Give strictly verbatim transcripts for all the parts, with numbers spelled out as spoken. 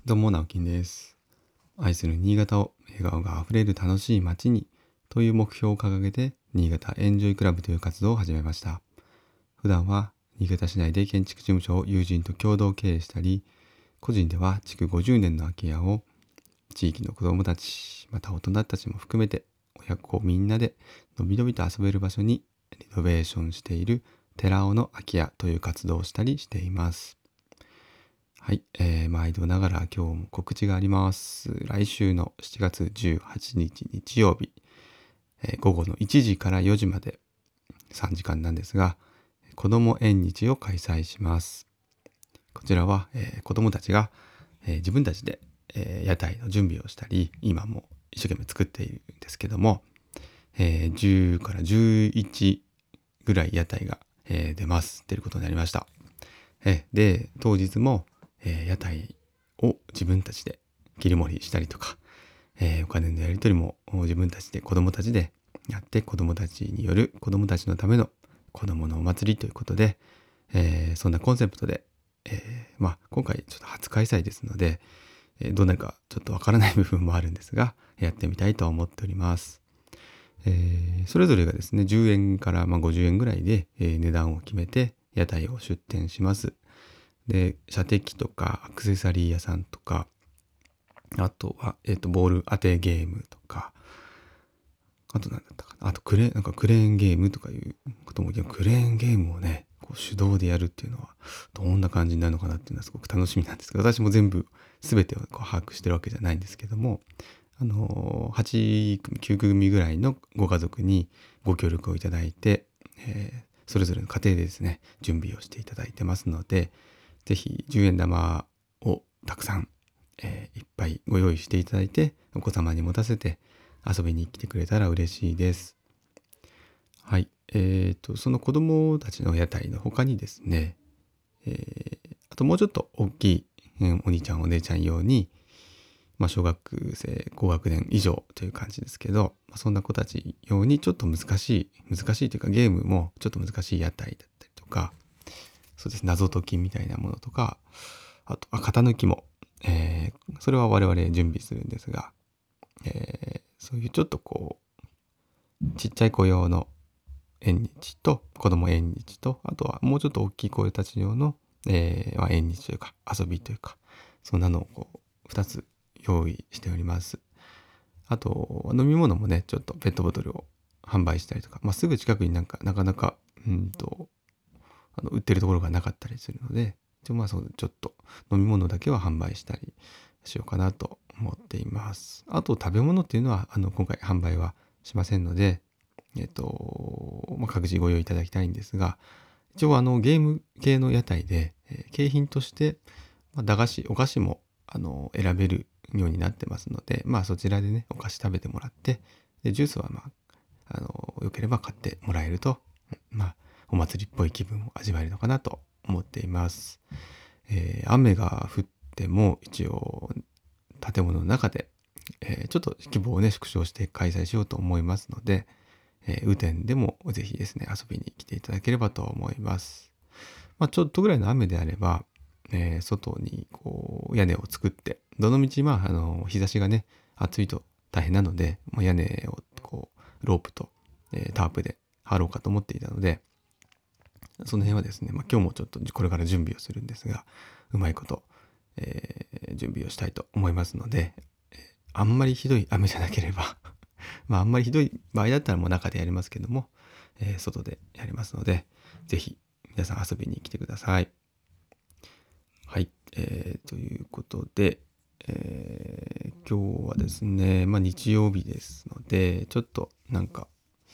どうも、直樹です。愛する新潟を笑顔があふれる楽しい街にという目標を掲げて、新潟エンジョイクラブという活動を始めました。普段は新潟市内で建築事務所を友人と共同経営したり、個人では築ごじゅうねんの空き家を地域の子どもたち、また大人たちも含めて親子みんなでのびのびと遊べる場所にリノベーションしている寺尾の空き家という活動をしたりしています。はい、えー、毎度ながら今日も告知があります。来週のしちがつじゅうはちにち日曜日、えー、午後のいちじからよじまでさんじかんなんですが、子ども縁日を開催します。こちらは、えー、子どもたちが、えー、自分たちで、えー、屋台の準備をしたり、今も一生懸命作っているんですけども、えー、じゅうからじゅういちぐらい屋台が、えー、出ます。出ることになりました。えー、で、当日もえー、屋台を自分たちで切り盛りしたりとか、えー、お金のやり取りも自分たちで子供たちでやって、子供たちによる子供たちのための子供のお祭りということで、えー、そんなコンセプトで、えー、まあ今回ちょっと初開催ですので、えー、どうなるかちょっとわからない部分もあるんですが、やってみたいと思っております。えー、それぞれがですね、じゅうえんからまあごじゅうえんぐらいで、えー、値段を決めて屋台を出店します。で、射的とかアクセサリー屋さんとか、あとは、えっと、ボール当てゲームとか、あと何だったかな。あとクレ、なんかクレーンゲームとかいうことも、クレーンゲームをね、こう手動でやるっていうのは、どんな感じになるのかなっていうのはすごく楽しみなんですけど、私も全部、すべてをこう把握してるわけじゃないんですけども、あの、はち組、きゅう組ぐらいのご家族にご協力をいただいて、えーそれぞれの家庭でですね、準備をしていただいてますので、ぜひじゅうえん玉をたくさん、えーいっぱいご用意していただいて、お子様に持たせて遊びに来てくれたら嬉しいです。はい。えーと、その子供たちの屋台の他にですね、えーあともうちょっと大きい、うん、お兄ちゃんお姉ちゃん用に、まあ、小学生高学年以上という感じですけど、まあ、そんな子たち用にちょっと難しい、難しいというかゲームもちょっと難しい屋台だったりとか、そうです、謎解きみたいなものとか、あと、あ、型抜きも、えー、それは我々準備するんですが、えー、そういうちょっとこう、ちっちゃい子用の縁日と、子供縁日と、あとはもうちょっと大きい子たち用の、えーまあ、縁日というか、遊びというか、そんなのをこう、二つ用意しております。あと、飲み物もね、ちょっとペットボトルを販売したりとか、まあ、すぐ近くになんか、なかなか、うんと、あの売ってるところがなかったりするので、ちょまあそうちょっと飲み物だけは販売したりしようかなと思っています。あと食べ物っていうのはあの今回販売はしませんので、えっと、まあ、各自ご用意いただきたいんですが、一応あのゲーム系の屋台で、えー景品として、まあ、駄菓子、お菓子もあの選べるようになってますので、まあそちらでね、お菓子食べてもらって、でジュースはまあ、あの、よければ買ってもらえると、まあ、お祭りっぽい気分を味わえるのかなと思っています。えー雨が降っても一応建物の中で、えーちょっと規模をね縮小して開催しようと思いますので、えー雨天でもぜひですね遊びに来ていただければと思います。まあ、ちょっとぐらいの雨であれば、えー外にこう屋根を作って、どのみちまああの日差しがね暑いと大変なので、もう屋根をこうロープと、えータープで張ろうかと思っていたので、その辺はですね、まあ、今日もちょっとこれから準備をするんですが、うまいこと、えー準備をしたいと思いますので、えーあんまりひどい雨じゃなければまああんまりひどい場合だったらもう中でやりますけども、えー外でやりますので、ぜひ皆さん遊びに来てください。はい、えーということで、えー今日はですね、まあ日曜日ですので、ちょっとなんか、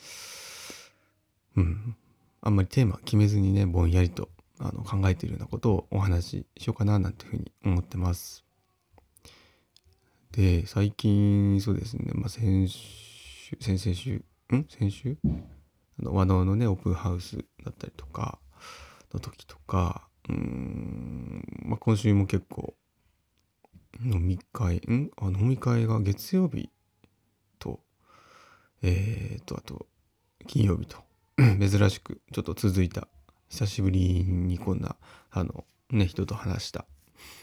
うん、あんまりテーマ決めずにね、ぼんやりとあの考えているようなことをお話ししようかななんていうふうに思ってます。で、最近そうですね、まあ、先週、先々週、ん先週あの和能のね、オープンハウスだったりとかの時とか、うーん、まあ、今週も結構飲み会、んあ、飲み会が月曜日と、えーと、あと金曜日と珍しくちょっと続いた、久しぶりにこんなあのね人と話した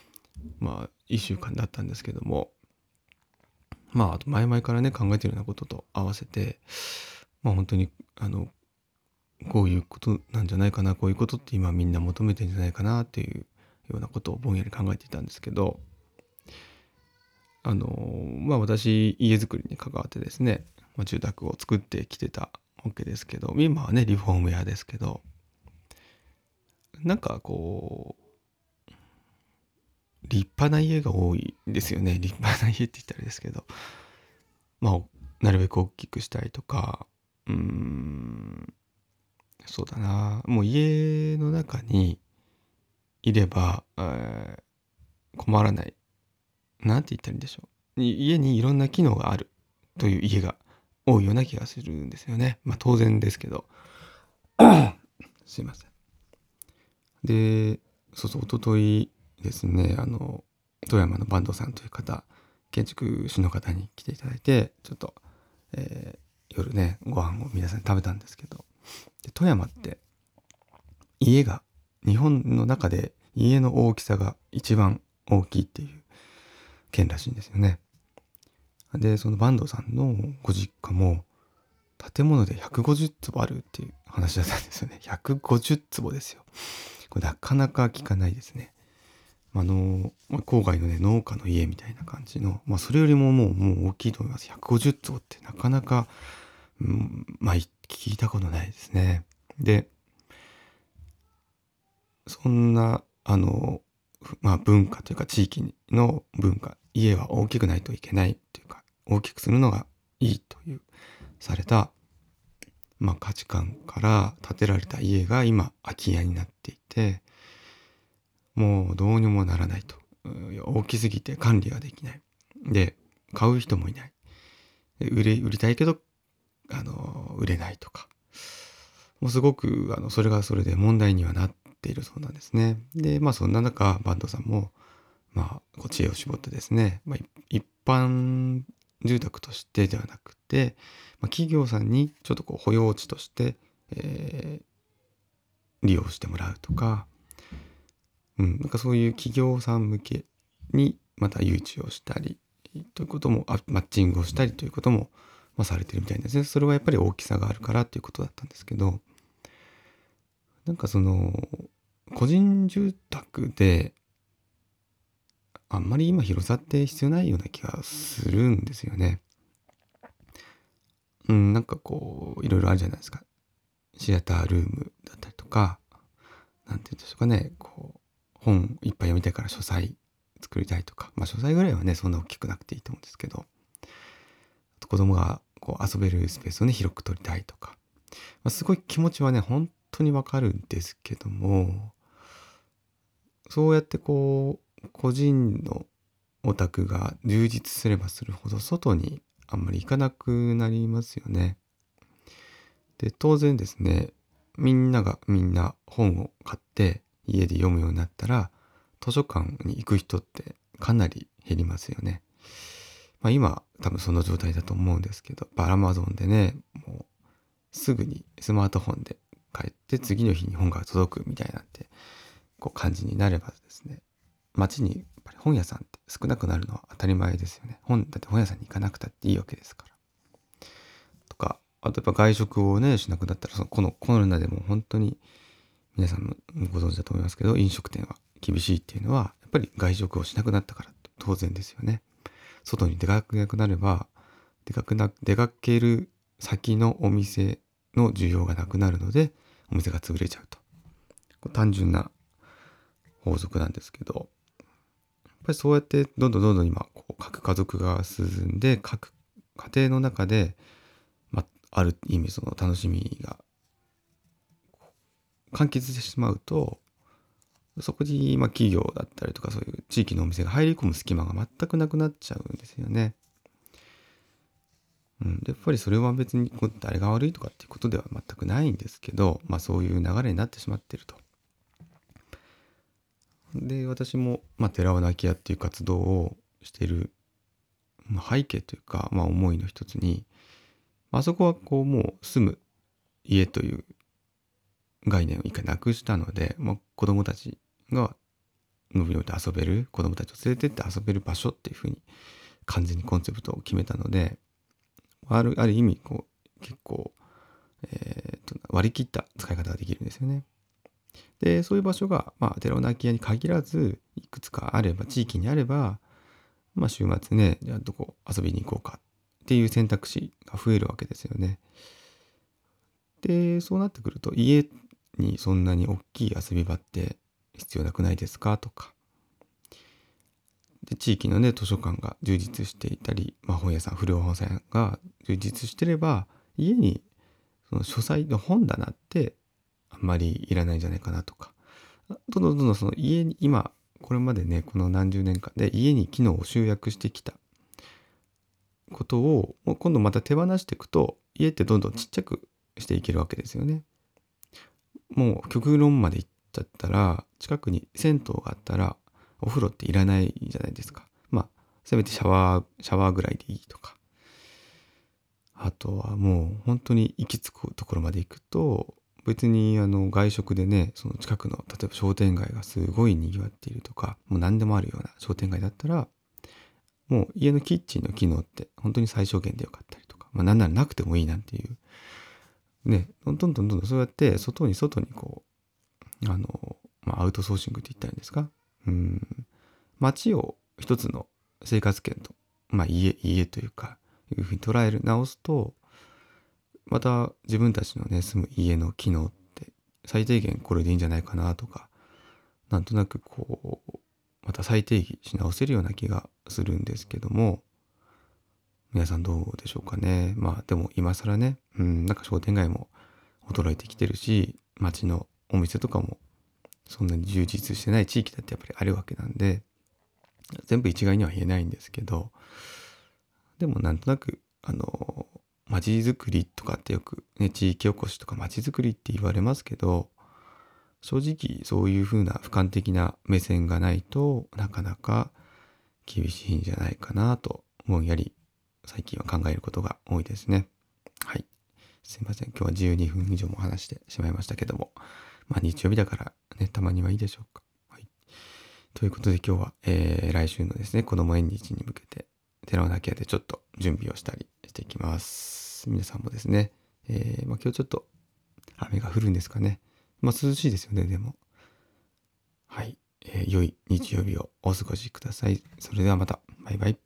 まあいっしゅうかんだったんですけども、まああと前々からね考えてるようなことと合わせて、まあ本当にあのこういうことなんじゃないかな、こういうことって今みんな求めてるんじゃないかなっていうようなことをぼんやり考えていたんですけど、あのまあ私家づくりに関わってですね、まあ、住宅を作ってきてたわけですけど、今はねリフォーム屋ですけど、なんかこう立派な家が多いんですよね。立派な家って言ったらあれですけど、まあなるべく大きくしたいとか、うーんそうだな、もう家の中にいれば、えー困らない、なんて言ったらいいんでしょう。家にいろんな機能があるという家が多いような気がするんですよね。まあ当然ですけど。すいません。で、そうそう、一昨日ですね、あの、富山の坂東さんという方、建築士の方に来ていただいて、ちょっと、えー夜ね、ご飯を皆さん食べたんですけど、で富山って家が、日本の中で家の大きさが一番大きいっていう県らしいんですよね。で、その坂東さんのご実家も建物でひゃくごじゅう坪あるっていう話だったんですよね。ひゃくごじゅう坪ですよ。これなかなか聞かないですね。あの、郊外のね、農家の家みたいな感じの、まあそれよりももう、もう大きいと思います。ひゃくごじゅう坪ってなかなか、うん、まあ聞いたことないですね。で、そんな、あの、まあ文化というか地域の文化、家は大きくないといけないというか、大きくするのがいいというされた、まあ、価値観から建てられた家が今空き家になっていて、もうどうにもならないと。大きすぎて管理ができない。で、買う人もいない。売れ、売りたいけど、あの、売れないとか。もうすごく、あの、それがそれで問題にはなっているそうなんですね。で、まあそんな中、バンドさんも、まあ、こう知恵を絞ってですね、まあ、一般住宅としてではなくて、まあ、企業さんにちょっとこう保養地として、えー利用してもらうとか、うん、なんかそういう企業さん向けにまた誘致をしたりということも、あマッチングをしたりということも、まあ、されてるみたいですね。それはやっぱり大きさがあるからということだったんですけど、なんかその個人住宅であんまり今広さって必要ないような気がするんですよね。うん、なんかこういろいろあるじゃないですか。シアタールームだったりとか、なんて言うんでしょうかね、こう本いっぱい読みたいから書斎作りたいとか、まあ書斎ぐらいはねそんな大きくなくていいと思うんですけど、子供がこう遊べるスペースをね広く取りたいとか、まあ、すごい気持ちはね本当にわかるんですけども、そうやってこう個人のお宅が充実すればするほど外にあんまり行かなくなりますよね。で、当然ですね、みんながみんな本を買って家で読むようになったら、図書館に行く人ってかなり減りますよね。まあ今多分その状態だと思うんですけど、アマゾンでね、もうすぐにスマートフォンで帰って次の日に本が届くみたいなんて、こう感じになればですね、街にやっぱり本屋さんって少なくなるのは当たり前ですよね。本、だって本屋さんに行かなくたっていいわけですから。とか、あとやっぱ外食をね、しなくなったら、そのこのコロナでも本当に皆さんもご存知だと思いますけど、飲食店は厳しいっていうのは、やっぱり外食をしなくなったからって当然ですよね。外に出かけなくなれば、出かけな、出かける先のお店の需要がなくなるので、お店が潰れちゃうと。単純な法則なんですけど、やっぱりそうやってどんどんどんどん今、こう各家族が進んで、各家庭の中で、まあ、ある意味その楽しみが完結してしまうと、そこにまあ企業だったりとかそういう地域のお店が入り込む隙間が全くなくなっちゃうんですよね。うん、でやっぱりそれは別にこう誰が悪いとかっていうことでは全くないんですけど、まあそういう流れになってしまっていると。で、私も、まあ、寺尾の空き家っていう活動をしている、まあ、背景というか、まあ、思いの一つに、あそこはこうもう住む家という概念を一回なくしたので、まあ、子供たちがのびのびと遊べる、子供たちを連れてって遊べる場所っていうふうに完全にコンセプトを決めたので、あるある意味こう結構、えー、と割り切った使い方ができるんですよね。でそういう場所が、まあ、寺尾の空き家に限らずいくつかあれば、地域にあれば、まあ、週末ね、じゃあどこ遊びに行こうかっていう選択肢が増えるわけですよね。でそうなってくると、家にそんなに大きい遊び場って必要なくないですかとか、で地域のね図書館が充実していたり、まあ、本屋さん、古本屋さんが充実してれば、家にその書斎の本棚ってあんまりいらないんじゃないかなとか、どんどんどんどんその家に、今これまでねこの何十年間で家に機能を集約してきたことをもう今度また手放していくと、家ってどんどんちっちゃくしていけるわけですよね。もう極論まで行っちゃったら、近くに銭湯があったらお風呂っていらないじゃないですか。まあせめてシャワーシャワーぐらいでいいとか、あとはもう本当に行き着くところまで行くと、別にあの外食でね、その近くの例えば商店街がすごい賑わっているとか、もう何でもあるような商店街だったら、もう家のキッチンの機能って本当に最小限でよかったりとか、まあなんならなくてもいいなんていうね、どんどんどんどんそうやって外に外にこうあの、まあ、アウトソーシングって言ったらいいんですか、うん、街を一つの生活圏と、まあ家家というかいうふうに捉える直すと、また自分たちのね住む家の機能って最低限これでいいんじゃないかなとか、なんとなくこうまた再定義し直せるような気がするんですけども、皆さんどうでしょうかね。まあでも今更ね、うん、なんか商店街も衰えてきてるし、街のお店とかもそんなに充実してない地域だってやっぱりあるわけなんで、全部一概には言えないんですけど、でもなんとなくあの街づくりとかってよくね、地域おこしとか街づくりって言われますけど、正直そういう風な俯瞰的な目線がないとなかなか厳しいんじゃないかなとぼんやり最近は考えることが多いですね。はい。すいません。今日はじゅうにふん以上も話してしまいましたけども、まあ日曜日だからね、たまにはいいでしょうか。はい。ということで今日は、えー、来週のですね、子供縁日に向けて、寺尾泣き屋でちょっと準備をしたりしていきます。皆さんもですね、えー、まあ今日ちょっと雨が降るんですかね。まあ涼しいですよね、でも。はい。えー、良い日曜日をお過ごしください。それではまた。バイバイ。